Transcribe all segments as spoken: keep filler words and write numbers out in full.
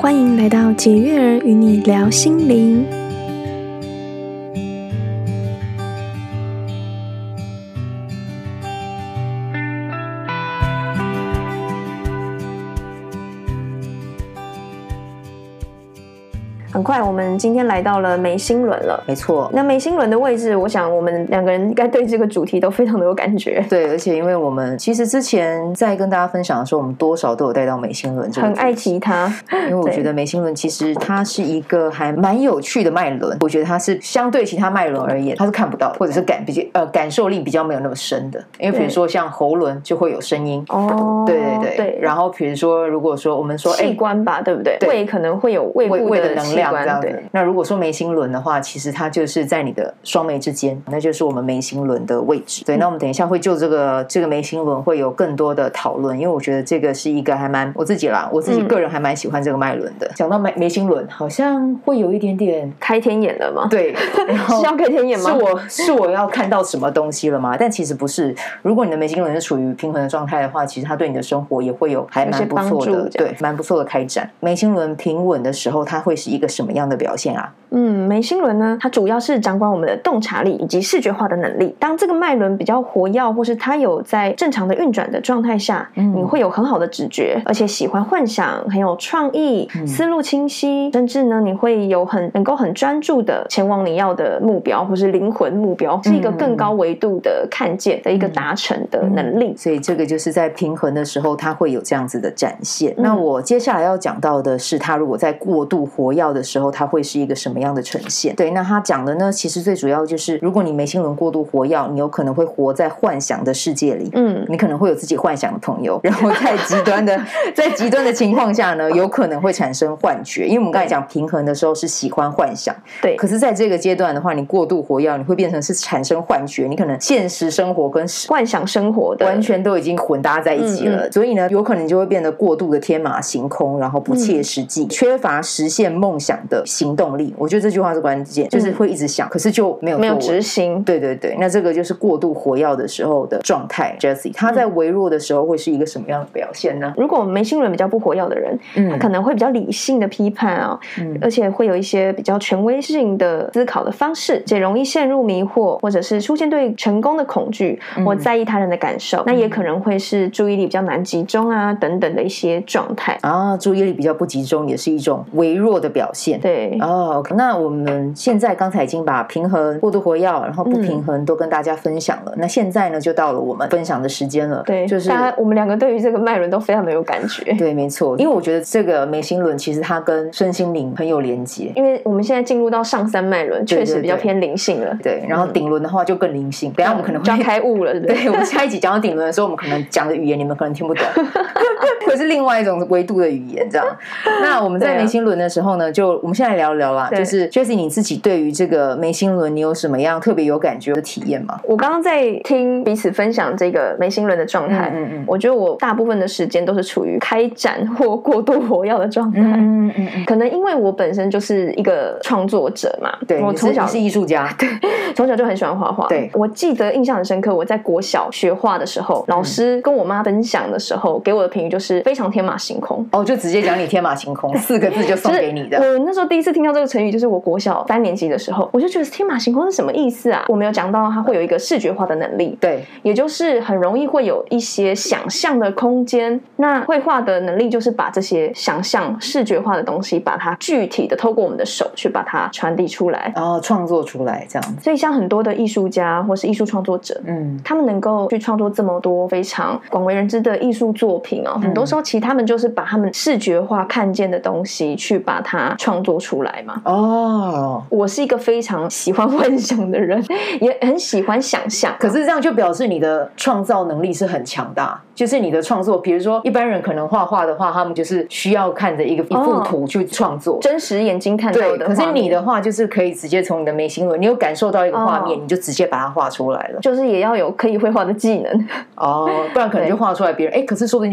欢迎来到解月儿与你聊心灵。很快我们今天来到了眉心轮了。 没错， 那眉心轮的位置，我想我们两个人应该对这个主题都非常的有感觉。 对，而且因为我们其实之前在跟大家分享的时候，我们多少都有带到眉心轮这个主题， 很爱提它。 因为我觉得眉心轮其实它是一个还蛮有趣的脉轮，我觉得它是相对其他脉轮而言它是看不到的，或者是感比较呃感受力比较没有那么深的。因为比如说像喉轮就会有声音哦， 对对对对。 然后比如说如果说我们说器官吧，对不对？ 对， 胃可能会有胃部的的能量这样子。 对， 那如果说眉心轮的话，其实它就是在你的双眉之间，那就是我们眉心轮的位置。对，那我们等一下会就这个这个眉心轮会有更多的讨论，因为我觉得这个是一个还蛮我自己啦，我自己个人还蛮喜欢这个脉轮的。讲、嗯、到眉眉心轮，好像会有一点点开天眼了吗？ 对，然后是要开天眼吗？ 是我是我要看到什么东西了吗？但其实不是。如果你的眉心轮是处于平衡的状态的话，其实它对你的生活也会有还蛮不错的，对，蛮不错的开展。眉心轮平稳的时候，它会是一个什么样的表现啊？ 嗯，眉心轮呢，它主要是掌管我们的洞察力以及视觉化的能力。当这个脉轮比较活跃，或是它有在正常的运转的状态下，嗯、你会有很好的直觉，而且喜欢幻想，很有创意，嗯、思路清晰，甚至呢，你会有很能够很专注的前往你要的目标，或是灵魂目标，是一个更高维度的看见的一个达成的能力。 嗯嗯、所以这个就是在平衡的时候，它会有这样子的展现。嗯、那我接下来要讲到的是，它如果在过度活跃的时候，它会是一个什么样的呈现？对，那他讲的呢，其实最主要就是，如果你眉心轮过度活跃，你有可能会活在幻想的世界里，嗯，你可能会有自己幻想的朋友，然后在极端的在极端的情况下呢，有可能会产生幻觉。因为我们刚才讲平衡的时候是喜欢幻想， 对， 可是在这个阶段的话，你过度活跃，你会变成是产生幻觉，你可能现实生活跟幻想生活的完全都已经混搭在一起了，嗯嗯，所以呢，有可能就会变得过度的天马行空，然后不切实际，嗯、缺乏实现梦想的行动力。我觉得这句话是关键，就是会一直想，嗯、可是就没有没有执行。 对对对，那这个就是过度活跃的时候的状态。Jessie， 他在微弱的时候会是一个什么样的表现呢？ 如果眉心轮比较不活跃的人，嗯、他可能会比较理性的批判啊，嗯、而且会有一些比较权威性的思考的方式，且容易陷入迷惑，或者是出现对成功的恐惧，嗯、或在意他人的感受。嗯、那也可能会是注意力比较难集中啊，等等的一些状态啊。注意力比较不集中也是一种微弱的表现。 对哦， okay， 那我们现在刚才已经把平衡、过度活跃，然后不平衡都跟大家分享了。嗯、那现在呢，就到了我们分享的时间了。 对， 就是大家我们两个对于这个脉轮都非常的有感觉。 对，没错，因为我觉得这个眉心轮其实它跟身心灵很有连结。 因为我们现在进入到上三脉轮，确实比较偏灵性了。 对，对对，然后顶轮的话就更灵性。嗯、等一下我们可能会就要开悟了，对不对？ 对，我们下一集讲到顶轮的时候，我们可能讲的语言你们可能听不懂，或是另外一种维度的语言这样。那我们在眉心轮的时候呢，就我们现在聊聊啦，就是 Jessie 你自己对于这个眉心轮，你有什么样特别有感觉的体验吗？ 我刚刚在听彼此分享这个眉心轮的状态，嗯嗯嗯，我觉得我大部分的时间都是处于开展或过度活跃的状态，嗯嗯嗯，可能因为我本身就是一个创作者嘛， 对，我从小是艺术家， 对，从小就很喜欢画画。对，我记得印象很深刻，我在国小学画的时候，老师跟我妈分享的时候，给我的评语就是非常天马行空。 哦，就直接讲你天马行空四个字就送给你的。 我那时候第一次听到这个成语，就是我国小三年级的时候，我就觉得天马行空是什么意思啊？我没有讲到它会有一个视觉化的能力， 对， 也就是很容易会有一些想象的空间。那绘画的能力就是把这些想象视觉化的东西，把它具体的透过我们的手去把它传递出来， 然后创作出来这样子。 所以像很多的艺术家或是艺术创作者，嗯，他们能够去创作这么多非常广为人知的艺术作品哦，嗯、很多时候其实他们就是把他们视觉化看见的东西去把它创作出来嘛。哦，我是一个非常喜欢幻想的人，也很喜欢想象。 可是这样就表示你的创造能力是很强大，就是你的创作，比如说一般人可能画画的话，他们就是需要看着一个一幅图去创作，哦、 真实眼睛看到的。 对，可是你的话就是可以直接从你的眉心轮，你有感受到一个画面，哦、你就直接把它画出来了。 就是也要有可以绘画的技能哦，不然可能就画出来别人哎，可是说不定就会变成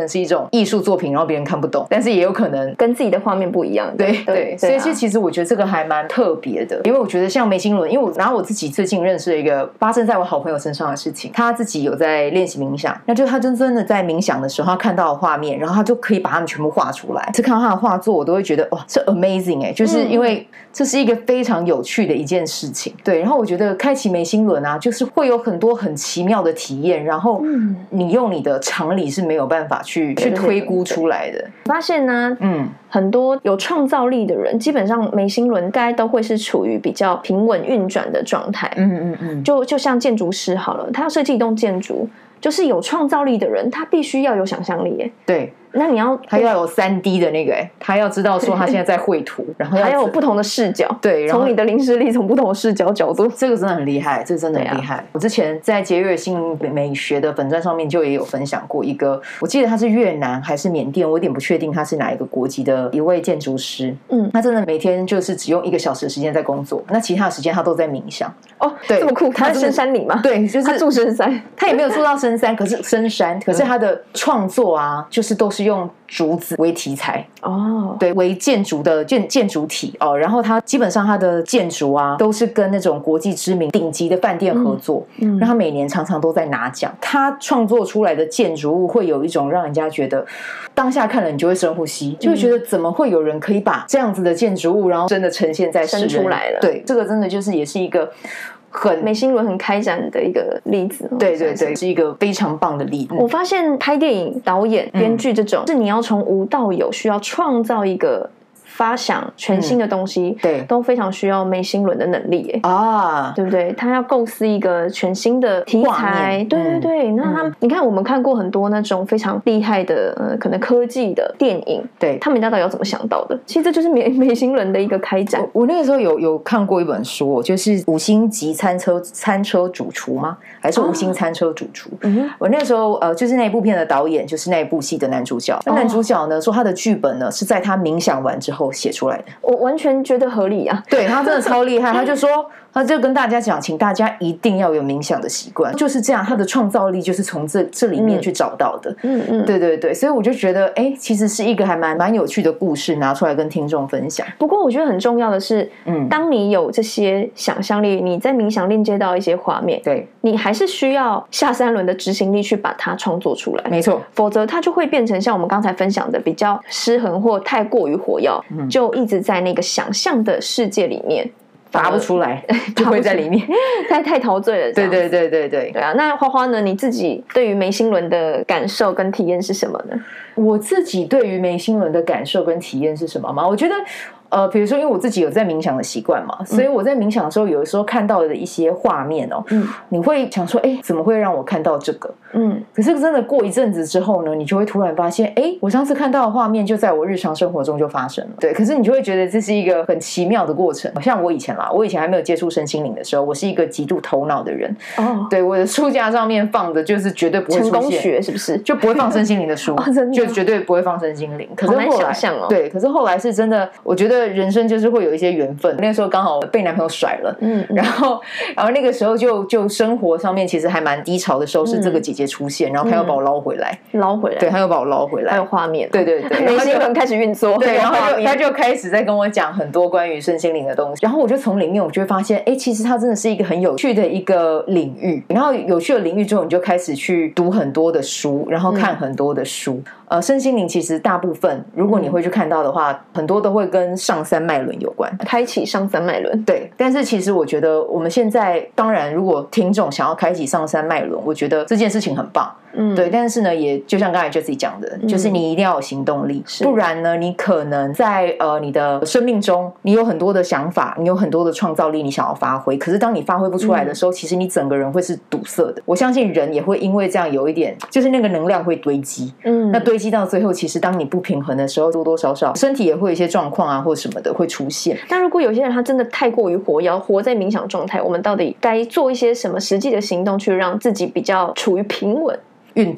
是一种艺术作品，然后别人看不懂，但是也有可能跟自己的画面不一样。 对 对, 对、啊、所以其实我觉得这个还蛮特别的，因为我觉得像眉心轮，因为我拿我自己最近认识的一个发生在我好朋友身上的事情，他自己有在练习冥想，那就是他真正的在冥想的时候，他看到的画面，然后他就可以把他们全部画出来。是看到他的画作，我都会觉得哇，这 amazing 哎、欸，就是因为这是一个非常有趣的一件事情。对，然后我觉得开启眉心轮啊，就是会有很多很奇妙的体验，然后你用你的常理是没有办法去去推估出来的。 发现呢，嗯，很多有创造力的人，基本上眉心轮该都会是处于比较平稳运转的状态。嗯嗯嗯，就就像建筑师好了，他要设计一栋建筑，就是有创造力的人，他必须要有想象力耶。 对。 那你要他要有 三 D 的那个、欸、他要知道说他现在在绘图，然后要还有不同的视角， 对， 从你的灵视力从不同的视角角度， 这个真的很厉害，这个真的很厉害、啊、我之前在节约性美学的粉专上面就也有分享过一个，我记得他是越南还是缅甸，我有点不确定他是哪一个国籍的一位建筑师。嗯，他真的每天就是只用一个小时的时间在工作，那其他的时间他都在冥想。 哦，对，这么酷，他在深山里吗？ 对，就是他住深山， 他也没有住到深山，可是深山，可是他的创作啊，就是都是用竹子为题材哦，对，为建筑的建建筑体哦，然后它基本上它的建筑啊，都是跟那种国际知名顶级的饭店合作，嗯，嗯，让他每年常常都在拿奖。他创作出来的建筑物会有一种让人家觉得，当下看了你就会深呼吸，就会觉得怎么会有人可以把这样子的建筑物，然后真的呈现在世人生出来了？ 对，这个真的就是也是一个。很眉心轮很开展的一个例子， 对对对，是一个非常棒的例子。 我发现拍电影、导演、编剧这种，嗯、是你要从无到有，需要创造一个发想全新的东西，嗯、对，都非常需要眉心轮的能力耶啊，对不对？他要构思一个全新的题材，对对对。嗯、那他、嗯，你看我们看过很多那种非常厉害的，呃，可能科技的电影，对，他们到底要怎么想到的？其实这就是眉眉心轮的一个开展。 我, 我那个时候有有看过一本书，就是五星级餐车餐车主厨吗？还是无心餐车主厨？哦、嗯，我那个时候呃，就是那一部片的导演，就是那一部戏的男主角。那、哦、男主角呢说他的剧本呢是在他冥想完之后写出来的。 我完全觉得合理啊！ 对，他真的超厉害，他就说。他就跟大家讲，请大家一定要有冥想的习惯，就是这样。他的创造力就是从这这里面去找到的。嗯嗯，对对对，所以我就觉得，哎，其实是一个还蛮蛮有趣的故事，拿出来跟听众分享。 不过我觉得很重要的是，嗯，当你有这些想象力，你在冥想链接到一些画面，对，你还是需要下三轮的执行力去把它创作出来。 没错， 否则它就会变成像我们刚才分享的比较失衡或太过于火药，嗯、就一直在那个想象的世界里面。 拔不出来，就会在里面， 太太陶醉了。 对对对对对， 对啊。那花花呢？你自己对于眉心轮的感受跟体验是什么呢？ 我自己对于眉心轮的感受跟体验是什么吗？我觉得。呃，比如说，因为我自己有在冥想的习惯嘛，所以我在冥想的时候，有的时候看到的一些画面哦，嗯，你会想说，哎，怎么会让我看到这个？嗯，可是真的过一阵子之后呢，你就会突然发现，哎，我上次看到的画面就在我日常生活中就发生了。对，可是你就会觉得这是一个很奇妙的过程。像我以前啦，我以前还没有接触身心灵的时候，我是一个极度头脑的人。哦，对，我的书架上面放的就是绝对不会出现成功学，是不是就不会放身心灵的书？哦，真的就绝对不会放身心灵。可是后来， 哦、 对，可是后来是真的，我觉得人生就是会。会有一些缘分，那个时候刚好被男朋友甩了，嗯，然后，然后那个时候就就生活上面其实还蛮低潮的时候，是这个姐姐出现，然后她又把我捞回来， 捞回来， 对，她又把我捞回来， 还有画面， 对对对， 眉心轮开始运作， 对，然后就她就开始在跟我讲很多关于身心灵的东西，然后我就从里面我就会发现，哎，其实它真的是一个很有趣的一个领域，然后有趣的领域之后，你就开始去读很多的书，然后看很多的书。嗯呃，身心灵其实大部分，如果你会去看到的话，嗯、很多都会跟上三脉轮有关， 开启上三脉轮。 对，但是其实我觉得我们现在，当然，如果听众想要开启上三脉轮，我觉得这件事情很棒。嗯，对，但是呢，也就像刚才 Jessie 讲的，嗯、就是你一定要有行动力，不然呢，你可能在呃你的生命中，你有很多的想法，你有很多的创造力，你想要发挥，可是当你发挥不出来的时候，嗯、其实你整个人会是堵塞的。我相信人也会因为这样有一点，就是那个能量会堆积，嗯，那堆积到最后，其实当你不平衡的时候，多多少少身体也会有一些状况啊，或什么的会出现。 但如果有些人他真的太过于活跃，活在冥想状态，我们到底该做一些什么实际的行动，去让自己比较处于平稳？ 运动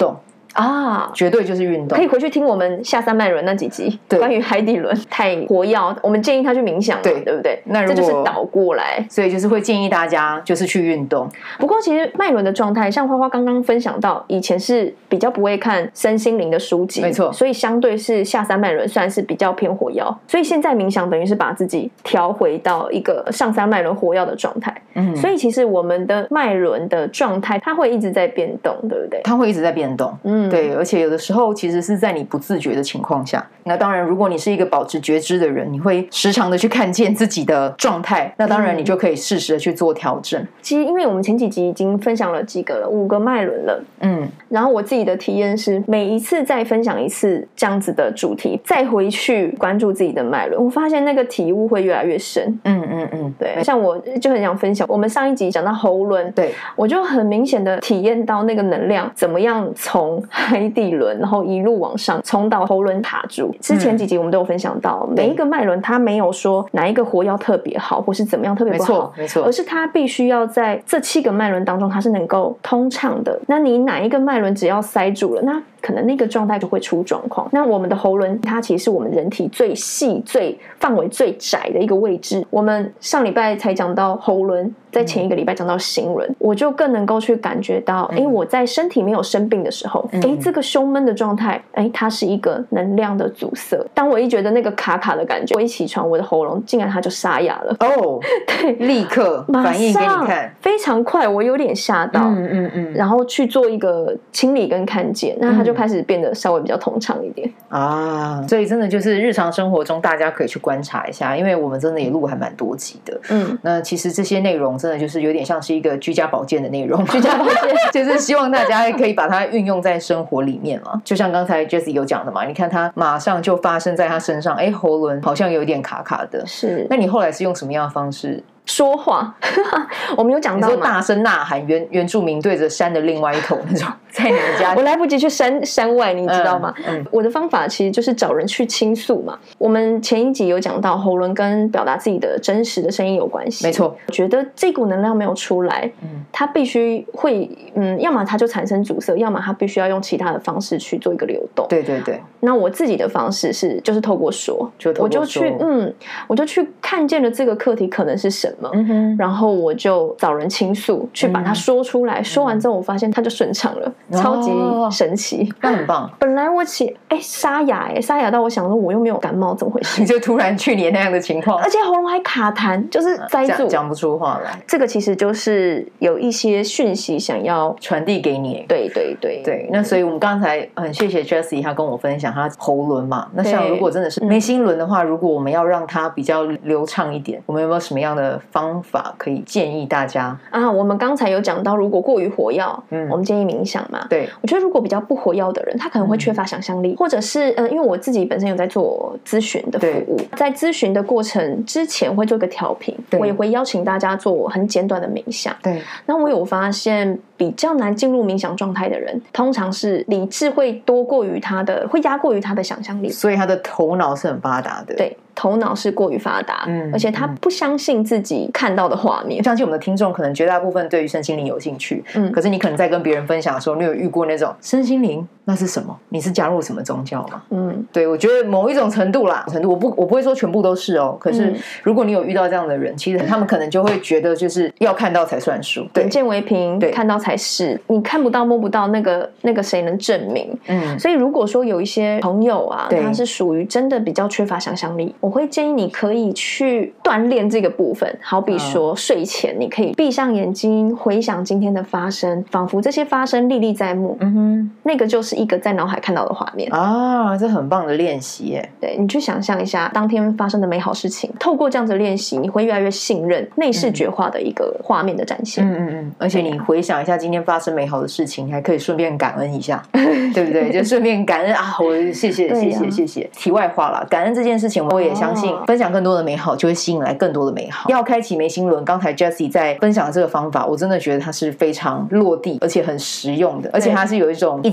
啊， 绝对就是运动。 可以回去听我们下三脉轮那几集， 对， 关于海底轮太活跃，我们建议他去冥想嘛，对对不对？ 那如果这就是倒过来， 所以就是会建议大家就是去运动。 不过其实脉轮的状态，像花花刚刚分享到，以前是比较不会看身心灵的书籍， 没错， 所以相对是下三脉轮算是比较偏活跃，所以现在冥想等于是把自己调回到一个上三脉轮活跃的状态。嗯，所以其实我们的脉轮的状态，它会一直在变动，对不对？ 它会一直在变动，嗯，对，而且有的时候其实是在你不自觉的情况下。那当然，如果你是一个保持觉知的人，你会时常的去看见自己的状态，那当然你就可以适时的去做调整。 其实因为我们前几集已经分享了几个了，五个脉轮了，嗯，然后我自己的体验是，每一次再分享一次这样子的主题，再回去关注自己的脉轮，我发现那个体悟会越来越深。嗯嗯嗯，对，像我就很想分享，我们上一集讲到喉轮，对，我就很明显的体验到那个能量怎么样从海底轮，然后一路往上冲到喉轮卡住。之前几集我们都有分享到，嗯、每一个脉轮它没有说哪一个活要特别好，或是怎么样特别不好， 没错， 而是它必须要在这七个脉轮当中，它是能够通畅的。那你哪一个脉轮只要塞住了，那可能那个状态就会出状况。那我们的喉轮，它其实是我们人体最细、最范围最窄的一个位置。我们上礼拜才讲到喉轮，在前一个礼拜讲到心轮，嗯、我就更能够去感觉到，哎、嗯，我在身体没有生病的时候，哎、嗯，这个胸闷的状态，哎，它是一个能量的阻塞。当我一觉得那个卡卡的感觉，我一起床，我的喉咙竟然它就沙哑了。哦，对， 立刻反应给你看， 非常快，我有点吓到。嗯嗯嗯，然后去做一个清理跟看见，那它就开始变得稍微比较通畅一点、 嗯、啊。所以真的就是日常生活中大家可以去观察一下，因为我们真的也录还蛮多集的。嗯，那其实这些内容真的就是有点像是一个居家保健的内容， 居家保健就是希望大家可以把它运用在生活里面嘛。就像刚才 Jessie 有讲的嘛，你看他马上就发生在他身上，哎，喉轮好像有点卡卡的。 是， 那你后来是用什么样的方式？ 说话，我们有讲到嘛， 你说大声呐喊，原原住民对着山的另外一头那种，在你们家， 我来不及去山山外，你知道吗？嗯嗯、我的方法其实就是找人去倾诉嘛。我们前一集有讲到喉轮跟表达自己的真实的声音有关系， 没错。 我觉得这股能量没有出来，嗯，它必须会，嗯，要么它就产生阻塞，要么它必须要用其他的方式去做一个流动。 对对对。 那我自己的方式是，就是透过说， 就透过说我就去，嗯，我就去看见了这个课题可能是什么。嗯哼，然后我就找人倾诉，去把它说出来、嗯、说完之后我发现它就顺畅了、哦、超级神奇， 那很棒。 本来我起哎沙哑哎沙哑到我想说我又没有感冒怎么回事， 你就突然去年那样的情况， 而且喉咙还卡痰，就是塞住讲不出话来。 这个其实就是有一些讯息想要传递给你。 对对对对，那所以我们刚才很谢谢 Jessie 她跟我分享她喉轮嘛，那像如果真的是眉心轮的话、嗯、如果我们要让它比较流畅一点，我们有没有什么样的方法可以建议大家啊？我们刚才有讲到，如果过于活跃，嗯，我们建议冥想嘛。 对， 我觉得如果比较不活跃的人，他可能会缺乏想象力，嗯、或者是呃，因为我自己本身有在做咨询的服务，在咨询的过程之前会做一个调频，我也会邀请大家做很简短的冥想。 对， 那我有发现比较难进入冥想状态的人，通常是理智会多过于他的，会压过于他的想象力， 所以他的头脑是很发达的。 对。头脑是过于发达、嗯、而且他不相信自己看到的画面。 我相信我们的听众可能绝大部分对于身心灵有兴趣、嗯、可是你可能在跟别人分享的时候，你有遇过那种身心灵那是什么？你是加入什么宗教吗？嗯，对，我觉得某一种程度啦，程度我不我不会说全部都是哦。可是如果你有遇到这样的人，其实他们可能就会觉得就是要看到才算数， 眼见为凭，看到才是。你看不到摸不到，那个那个谁能证明？嗯，所以如果说有一些朋友啊，他是属于真的比较缺乏想象力，我会建议你可以去锻炼这个部分。好比说、嗯、睡前你可以闭上眼睛，回想今天的发生，仿佛这些发生历历在目。嗯哼，那个就是一个在脑海看到的画面啊，这很棒的练习耶。 对，你去想象一下当天发生的美好事情，透过这样子的练习，你会越来越信任内视觉化的一个画面的展现。 嗯嗯嗯，而且你回想一下今天发生美好的事情，你还可以顺便感恩一下，对不对？就顺便感恩啊，我谢谢谢谢谢谢。题外话啦，感恩这件事情，我也相信、哦、分享更多的美好，就会吸引来更多的美好。要开启眉心轮，刚才 Jessie 在分享的这个方法，我真的觉得它是非常落地，而且很实用的，而且它是有一种一兼二顾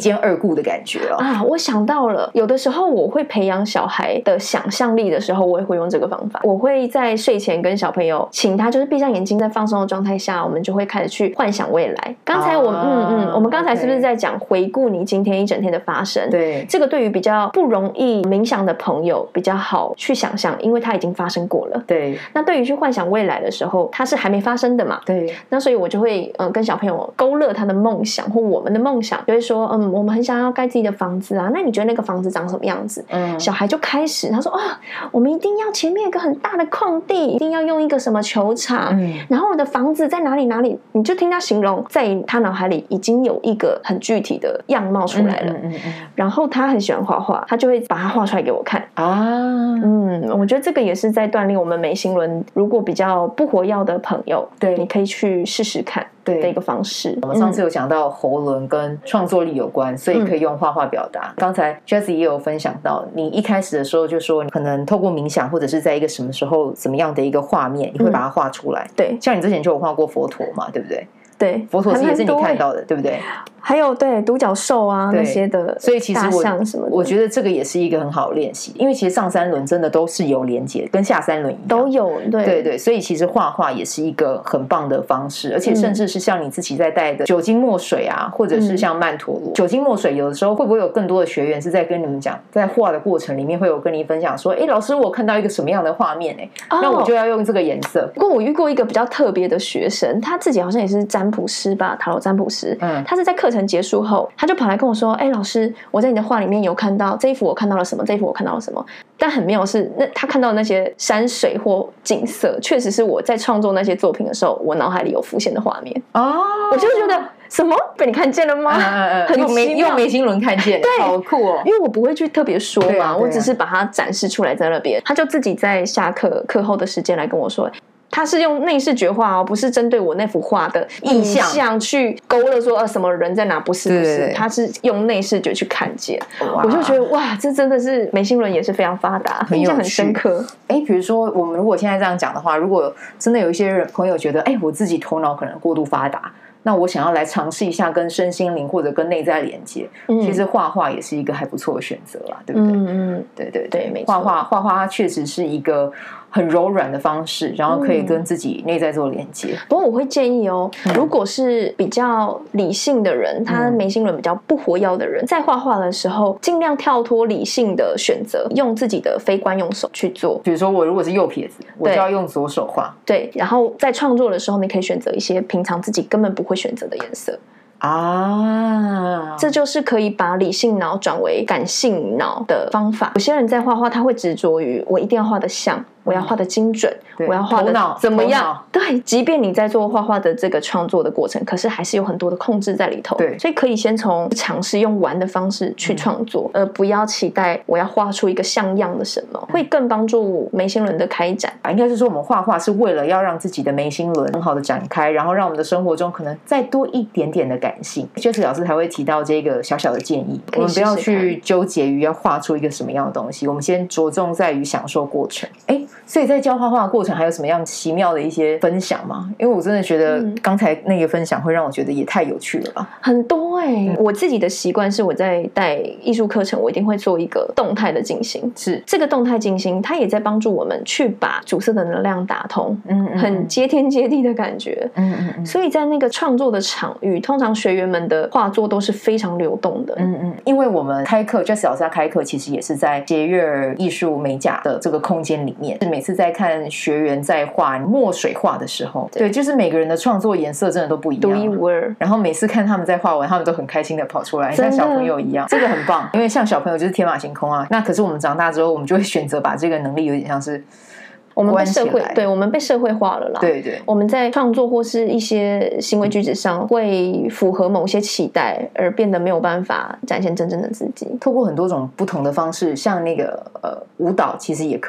酷的感觉哦。 啊，我想到了，有的时候我会培养小孩的想象力的时候，我也会用这个方法。我会在睡前跟小朋友，请他就是闭上眼睛，在放松的状态下，我们就会开始去幻想未来。刚才我们、啊、嗯嗯，我们刚才是不是在讲回顾你今天一整天的发生？ 对， 这个对于比较不容易冥想的朋友比较好去想象，因为它已经发生过了。 对， 那对于去幻想未来的时候，它是还没发生的嘛？ 对， 那所以我就会嗯、呃、跟小朋友勾勒他的梦想或我们的梦想，就会说嗯我们很想要盖自己的房子啊，那你觉得那个房子长什么样子？嗯，小孩就开始他说啊，我们一定要前面有一个很大的空地，一定要用一个什么球场，嗯，然后我的房子在哪里哪里，你就听他形容，在他脑海里已经有一个很具体的样貌出来了。嗯嗯嗯嗯，然后他很喜欢画画，他就会把它画出来给我看啊。嗯，我觉得这个也是在锻炼我们眉心轮，如果比较不活跃的朋友，对，你可以去试试看的一个方式。 我们上次有讲到喉轮跟创作力有关，所以可以用画画表达。刚才 Jessie 也有分享到，你一开始的时候就说可能透过冥想或者是在一个什么时候怎么样的一个画面，你会把它画出来。对，像你之前就有画过佛陀嘛，对不对？ 对， 佛陀是也是你看到的，对不对？ 还有对独角兽啊那些的， 所以其实我大象什么的， 我觉得这个也是一个很好的练习，因为其实上三轮真的都是有连结，跟下三轮一样都有。对对对，所以其实画画也是一个很棒的方式，而且甚至是像你自己在带的酒精墨水啊，或者是像曼陀罗、嗯、酒精墨水，有的时候会不会有更多的学员是在跟你们讲，在画的过程里面会有跟你分享说，哎，老师我看到一个什么样的画面哎、欸哦，那我就要用这个颜色。 不过我遇过一个比较特别的学生，他自己好像也是占卜师吧，塔罗占卜师，嗯，他是在课程结束后。他就跑来跟我说，哎、欸，老师，我在你的画里面有看到这一幅我看到了什么，这一幅我看到了什么。但很妙是，那他看到的那些山水或景色，确实是我在创作那些作品的时候，我脑海里有浮现的画面。哦，我就觉得什么被你看见了吗？嗯、很用眉用眉心轮看见， 对， 好酷哦。 因为我不会去特别说嘛、啊啊，我只是把它展示出来在那边。他就自己在下课课后的时间来跟我说。他是用内视觉画哦，不是针对我那幅画的意象去勾勒说呃什么人在哪，不是不是，他是用内视觉去看见。我就觉得哇，这真的是眉心轮也是非常发达，印象很深刻。 哎，比如说我们如果现在这样讲的话，如果真的有一些人朋友觉得，哎，我自己头脑可能过度发达。那我想要来尝试一下跟身心灵或者跟内在连接、嗯，其实画画也是一个还不错的选择啦，对不对？嗯嗯，对对对，没错，画画画画它确实是一个很柔软的方式，然后可以跟自己内在做连接、嗯。 不过我会建议哦，嗯、如果是比较理性的人，他眉心轮比较不活跃的人，在画画的时候，尽量跳脱理性的选择，用自己的非惯用手去做。 比如说我如果是右撇子，我就要用左手画。 对，然后在创作的时候，你可以选择一些平常自己根本不会选择的颜色啊，这就是可以把理性脑转为感性脑的方法。有些人在画画，他会执着于我一定要画得像，我要画得精准，我要画得怎么样？对，即便你在做画画的这个创作的过程，可是还是有很多的控制在里头。对，所以可以先从尝试用玩的方式去创作，而、嗯、不要期待我要画出一个像样的什么，会更帮助眉心轮的开展。 应该是说，我们画画是为了要让自己的眉心轮很好的展开，然后让我们的生活中可能再多一点点的感性。Jessie 老师才会提到这个小小的建议，我们不要去纠结于要画出一个什么样的东西，我们先着重在于享受过程。哎，所以在教画画的过程还有什么样奇妙的一些分享吗？因为我真的觉得刚才那个分享会让我觉得也太有趣了吧。 很多哎、欸嗯，我自己的习惯是我在带艺术课程，我一定会做一个动态的静心。是这个动态静心，它也在帮助我们去把阻塞的能量打通，嗯嗯，很接天接地的感觉，嗯嗯嗯。所以在那个创作的场域，通常学员们的画作都是非常流动的，嗯嗯。 因为我们开课 ，Jessie 老师开课其实也是在杰悦尔艺术美甲的这个空间里面，是每次在看学员在画墨水画的时候， 对, 对，就是每个人的创作颜色真的都不一样， 独一无二。 然后每次看他们在画完，他们都很开心的跑出来，像小朋友一样，这个很棒。因为像小朋友就是天马行空啊，那可是我们长大之后，我们就会选择把这个能力有点像是。 我们被社会对我们被社会化了啦， 对对， 我们在创作或是一些行为举止上会符合某些期待，而变得没有办法展现真正的自己。 透过很多种不同的方式，像那个呃舞蹈，其实也可以。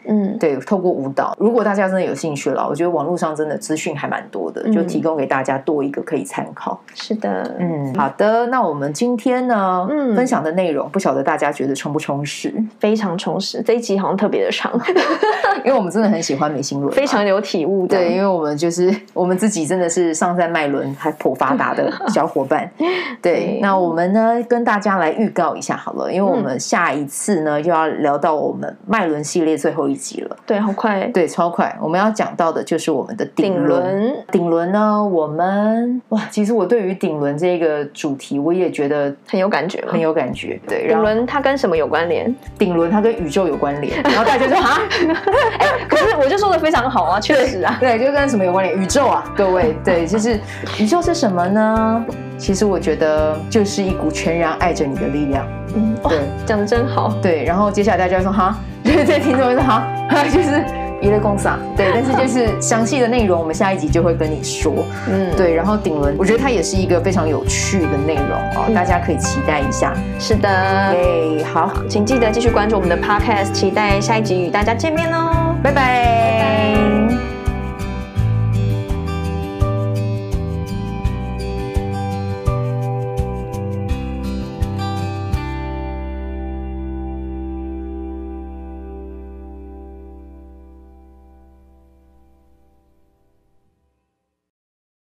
嗯，对，透过舞蹈，如果大家真的有兴趣了，我觉得网络上真的资讯还蛮多的，嗯、就提供给大家多一个可以参考。 是的， 嗯，好的，那我们今天呢，嗯，分享的内容不晓得大家觉得充不充实？ 非常充实，这一集好像特别的长， 因为我们真的很喜欢美心轮， 非常有体悟的。 对，因为我们就是我们自己真的是上山脉轮还颇发达的小伙伴。对，那我们呢跟大家来预告一下好了，因为我们下一次呢就要聊到我们脉轮系列最后一集了。 对，好快， 对，超快。我们要讲到的就是我们的顶轮。顶轮呢，我们哇，其实我对于顶轮这个主题，我也觉得很有感觉， 很有感觉。对， 顶轮它跟什么有关联？ 顶轮它跟宇宙有关联。然后大家就啊， 哎，可是我就说的非常好啊，确实啊， 对，就跟什么有关联？宇宙啊，各位，对，就是宇宙是什么呢？其实我觉得就是一股全然爱着你的力量。 嗯，对，讲得真好。 对，然后接下来大家就说哈，就是这听众就说哈，就是一类共赏。对，但是就是详细的内容，我们下一集就会跟你说。嗯，对，然后顶轮，我觉得它也是一个非常有趣的内容哦，嗯、大家可以期待一下。 是的， 对，好， 请记得继续关注我们的 podcast， 期待下一集与大家见面哦， 拜拜。拜拜。